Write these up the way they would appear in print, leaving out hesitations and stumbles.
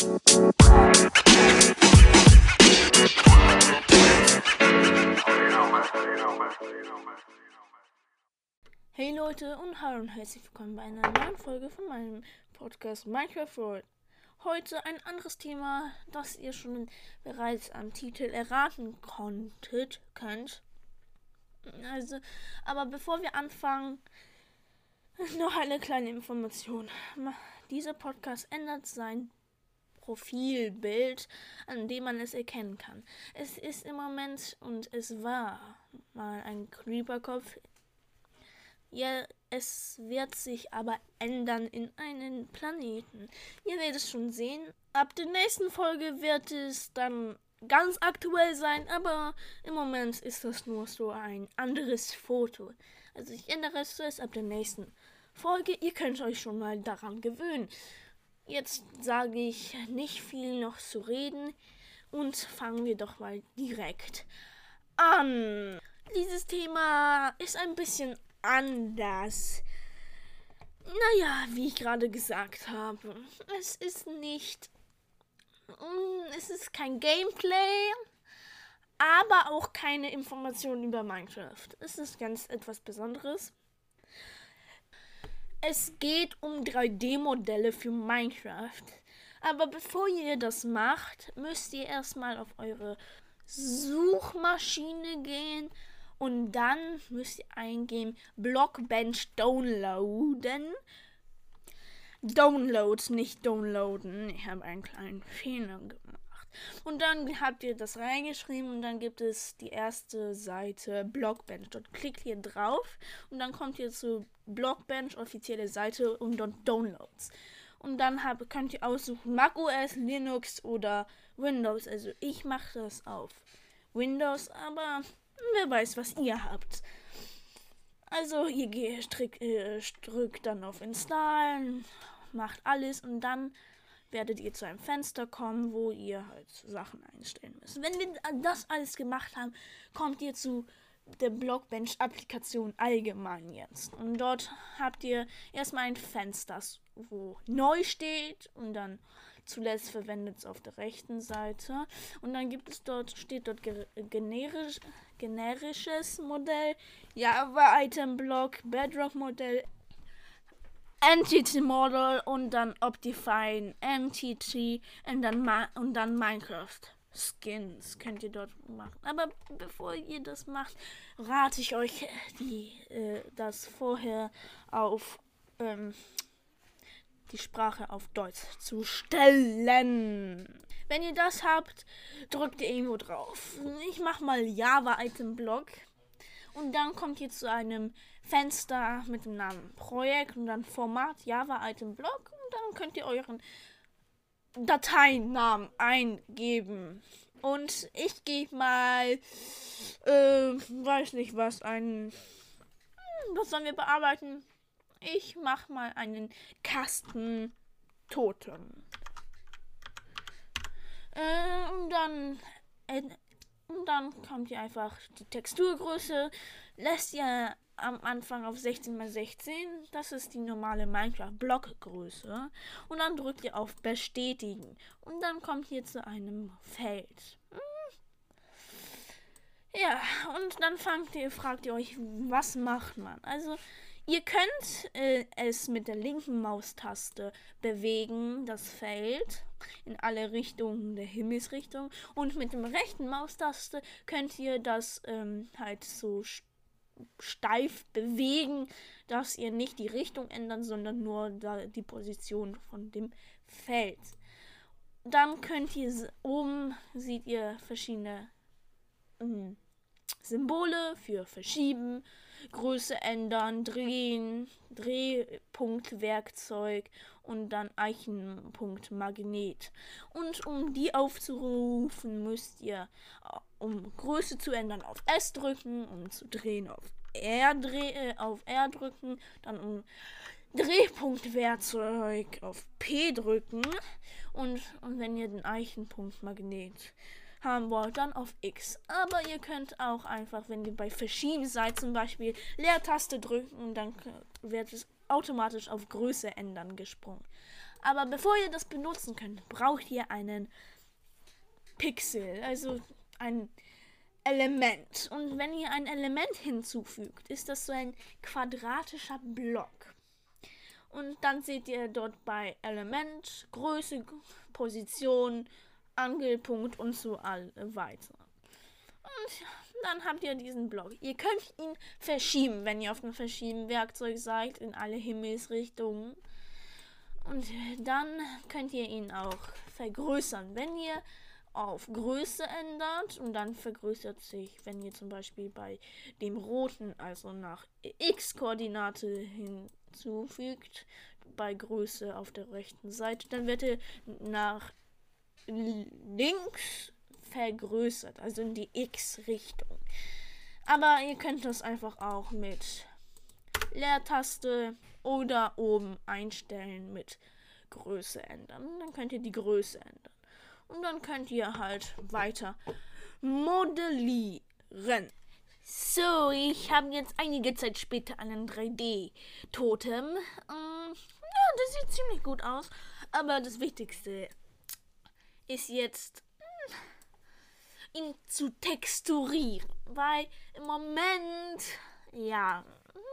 Hey Leute und hallo und herzlich willkommen bei einer neuen Folge von meinem Podcast Minecraft World. Heute ein anderes Thema, das ihr schon bereits am Titel erraten könnt. Aber bevor wir anfangen, noch eine kleine Information. Dieser Podcast ändert sein Profilbild, an dem man es erkennen kann. Es ist im Moment und es war mal ein Creeperkopf. Ja, es wird sich aber ändern in einen Planeten. Ihr werdet es schon sehen. Ab der nächsten Folge wird es dann ganz aktuell sein, aber im Moment ist das nur so ein anderes Foto. Also ich ändere es zuerst ab der nächsten Folge. Ihr könnt euch schon mal daran gewöhnen. Jetzt sage ich nicht viel noch zu reden und fangen wir doch mal direkt an. Dieses Thema ist ein bisschen anders. Naja, wie ich gerade gesagt habe, es ist kein Gameplay, aber auch keine Informationen über Minecraft. Es ist ganz etwas Besonderes. Es geht um 3D-Modelle für Minecraft. Aber bevor ihr das macht, müsst ihr erstmal auf eure Suchmaschine gehen und dann müsst ihr eingeben Blockbench downloaden. Download, nicht downloaden. Ich habe einen kleinen Fehler gemacht. Und dann habt ihr das reingeschrieben und dann gibt es die erste Seite Blockbench. Dort klickt ihr drauf und dann kommt ihr zu Blockbench, offizielle Seite und dort Downloads. Und dann könnt ihr aussuchen macOS, Linux oder Windows. Also ich mache das auf Windows, aber wer weiß, was ihr habt. Also ihr drückt dann auf Installen, macht alles und dann werdet ihr zu einem Fenster kommen, wo ihr halt Sachen einstellen müsst. Wenn wir das alles gemacht haben, kommt ihr zu der Blockbench-Applikation allgemein jetzt. Und dort habt ihr erstmal ein Fenster, wo neu steht und dann zuletzt verwendet es auf der rechten Seite. Und dann steht dort generisches Modell, Java Item Block, Bedrock Modell, Entity Model und dann Optifine Entity und dann Minecraft Skins könnt ihr dort machen. Aber bevor ihr das macht, rate ich euch, das vorher auf die Sprache auf Deutsch zu stellen. Wenn ihr das habt, drückt ihr irgendwo drauf. Ich mache mal Java Item Block. Und dann kommt ihr zu einem Fenster mit dem Namen Projekt und dann Format Java Item Block und dann könnt ihr euren Dateinamen eingeben. Und ich gebe mal, weiß nicht was, was sollen wir bearbeiten? Ich mache mal einen Kasten Totem. Und dann kommt ihr einfach die Texturgröße, lässt ihr am Anfang auf 16x16, das ist die normale Minecraft-Blockgröße. Und dann drückt ihr auf Bestätigen. Und dann kommt ihr zu einem Feld. Ja, und dann fragt ihr euch, was macht man? Also, ihr könnt es mit der linken Maustaste bewegen, das Feld, in alle Richtungen der Himmelsrichtung. Und mit der rechten Maustaste könnt ihr das halt so steif bewegen, dass ihr nicht die Richtung ändern, sondern nur die Position von dem Feld. Dann seht ihr verschiedene Symbole für Verschieben, Größe ändern, Drehen, Drehpunktwerkzeug und dann Eichenpunktmagnet. Und um die aufzurufen, müsst ihr, um Größe zu ändern, auf S drücken, um zu drehen, auf R drücken, dann um Drehpunktwerkzeug auf P drücken und wenn ihr den Eichenpunktmagnet haben wollt, dann auf X. Aber ihr könnt auch einfach, wenn ihr bei Verschieben seid, zum Beispiel Leertaste drücken und dann wird es automatisch auf Größe ändern gesprungen. Aber bevor ihr das benutzen könnt, braucht ihr einen Pixel, also ein Element. Und wenn ihr ein Element hinzufügt, ist das so ein quadratischer Block. Und dann seht ihr dort bei Element, Größe, Position, Angelpunkt und so weiter. Und dann habt ihr diesen Block. Ihr könnt ihn verschieben, wenn ihr auf dem Verschieben-Werkzeug seid, in alle Himmelsrichtungen. Und dann könnt ihr ihn auch vergrößern, wenn ihr auf Größe ändert, und dann vergrößert sich, wenn ihr zum Beispiel bei dem roten, also nach X-Koordinate hinzufügt, bei Größe auf der rechten Seite, dann wird er nach links vergrößert, also in die X-Richtung. Aber ihr könnt das einfach auch mit Leertaste oder oben einstellen mit Größe ändern. Dann könnt ihr die Größe ändern. Und dann könnt ihr halt weiter modellieren. So, ich habe jetzt einige Zeit später einen 3D-Totem. Ja, das sieht ziemlich gut aus. Aber das Wichtigste ist jetzt, ihn zu texturieren. Weil im Moment, ja,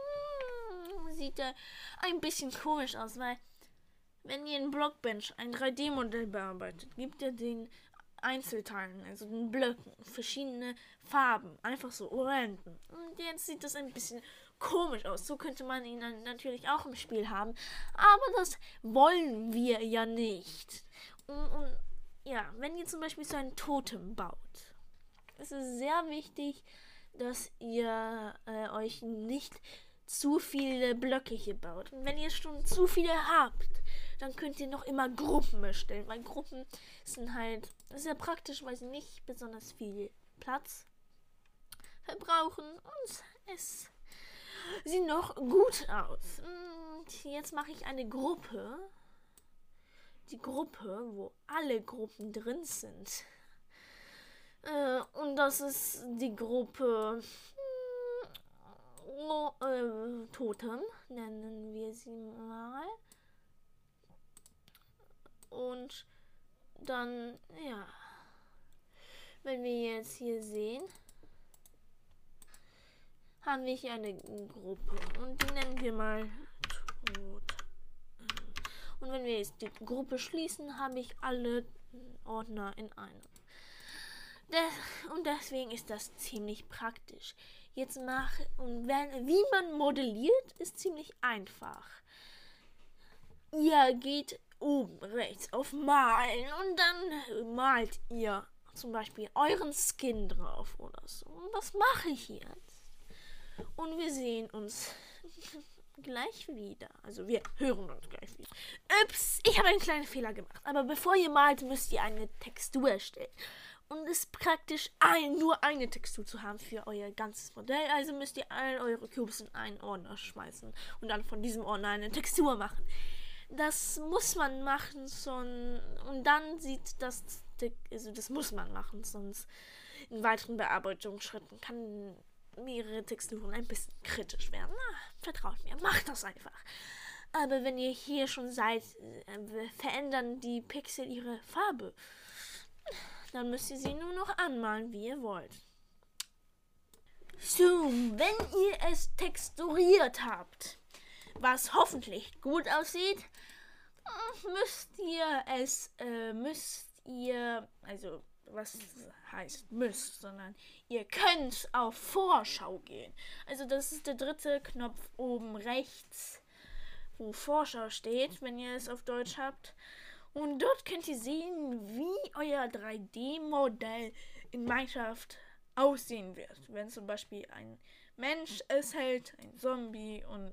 sieht er ein bisschen komisch aus. Weil wenn ihr in Blockbench ein 3D-Modell bearbeitet, gibt ihr den Einzelteilen, also den Blöcken, verschiedene Farben, einfach so Orangen. Und jetzt sieht das ein bisschen komisch aus. So könnte man ihn dann natürlich auch im Spiel haben. Aber das wollen wir ja nicht. Und ja, wenn ihr zum Beispiel so ein Totem baut, ist es sehr wichtig, dass ihr euch nicht zu viele Blöcke hier baut. Und wenn ihr schon zu viele habt, dann könnt ihr noch immer Gruppen erstellen, weil Gruppen sind halt sehr praktisch, weil sie nicht besonders viel Platz verbrauchen und es sieht noch gut aus. Und jetzt mache ich eine Gruppe, die Gruppe, wo alle Gruppen drin sind. Und das ist die Gruppe Totem, nennen wir sie mal. Und dann, ja, wenn wir jetzt hier sehen, haben wir hier eine Gruppe und die nennen wir mal Totem. Und wenn wir jetzt die Gruppe schließen, habe ich alle Ordner in einem. Und deswegen ist das ziemlich praktisch. Wie man modelliert, ist ziemlich einfach. Ihr geht oben rechts auf Malen und dann malt ihr zum Beispiel euren Skin drauf oder so. Und das mache ich jetzt. Und wir sehen uns gleich wieder. Also wir hören uns gleich wieder. Ups, ich habe einen kleinen Fehler gemacht. Aber bevor ihr malt, müsst ihr eine Textur erstellen. Und es ist praktisch, nur eine Textur zu haben für euer ganzes Modell. Also müsst ihr all eure Cubes in einen Ordner schmeißen und dann von diesem Ordner eine Textur machen. Das muss man machen, und dann sieht das, also das muss man machen, sonst in weiteren Bearbeitungsschritten kann mehrere Texturen ein bisschen kritisch werden. Vertraut mir, macht das einfach. Aber wenn ihr hier schon seid, verändern die Pixel ihre Farbe. Dann müsst ihr sie nur noch anmalen, wie ihr wollt. So, wenn ihr es texturiert habt, was hoffentlich gut aussieht, also was heißt müsst, sondern ihr könnt auf Vorschau gehen. Also das ist der dritte Knopf oben rechts, wo Vorschau steht, wenn ihr es auf Deutsch habt. Und dort könnt ihr sehen, wie euer 3D-Modell in Minecraft aussehen wird. Wenn zum Beispiel ein Mensch es hält, ein Zombie und.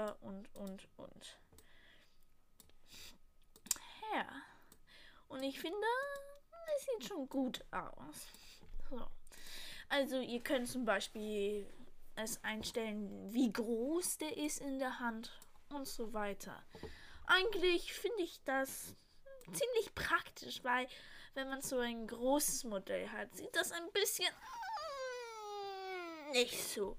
Ja. Und ich finde, es sieht schon gut aus. So. Also ihr könnt zum Beispiel es einstellen, wie groß der ist in der Hand und so weiter. Eigentlich finde ich das ziemlich praktisch, weil wenn man so ein großes Modell hat, sieht das ein bisschen nicht so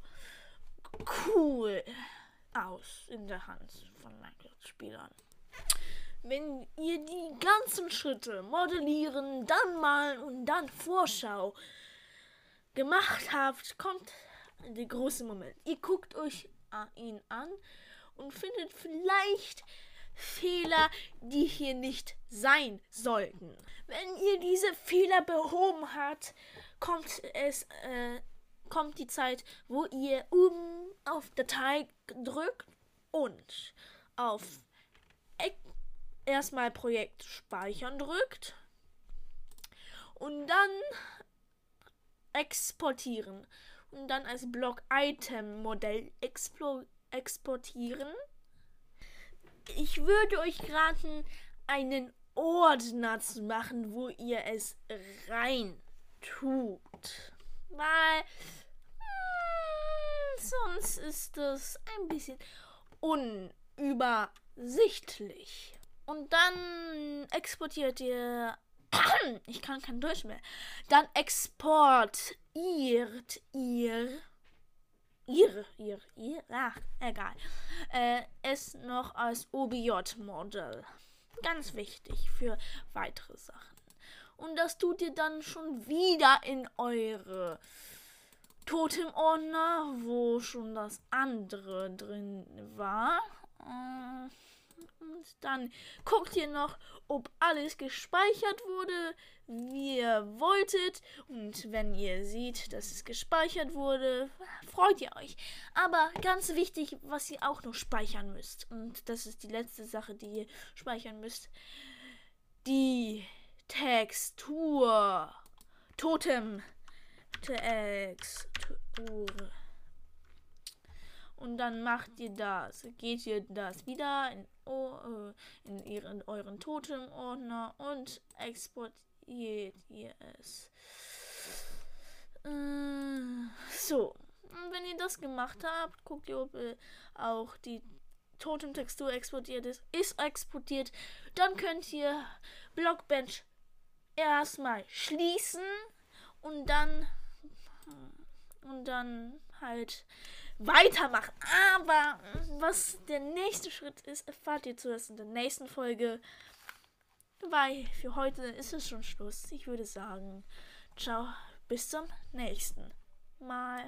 cool aus in der Hand von Minecraft-Spielern. Wenn ihr die ganzen Schritte modellieren, dann malen und dann Vorschau gemacht habt, kommt der große Moment. Ihr guckt euch ihn an und findet vielleicht Fehler, die hier nicht sein sollten. Wenn ihr diese Fehler behoben habt, kommt die Zeit, wo ihr auf Datei drückt und auf erstmal Projekt speichern drückt und dann exportieren und dann als Block-Item-Modell exportieren. Ich würde euch raten, einen Ordner zu machen, wo ihr es rein tut. Weil sonst ist es ein bisschen unübersichtlich. Und dann exportiert ihr. Ich kann kein Deutsch mehr. Dann exportiert ihr. Egal. Es noch als OBJ-Modell. Ganz wichtig für weitere Sachen. Und das tut ihr dann schon wieder in eure Totem-Ordner, wo schon das andere drin war. Und dann guckt ihr noch, ob alles gespeichert wurde, wie ihr wolltet. Und wenn ihr seht, dass es gespeichert wurde, freut ihr euch. Aber ganz wichtig, was ihr auch noch speichern müsst. Und das ist die letzte Sache, die ihr speichern müsst. Die Textur. Totem. Textur. Und dann macht ihr das. Geht ihr das wieder in euren Totem-Ordner und exportiert ihr es. So. Und wenn ihr das gemacht habt, guckt ihr, ob auch die Totem-Textur exportiert ist. Ist exportiert. Dann könnt ihr Blockbench erstmal schließen und dann halt weitermachen. Aber was der nächste Schritt ist, erfahrt ihr zuerst in der nächsten Folge. Weil für heute ist es schon Schluss. Ich würde sagen, ciao, bis zum nächsten Mal.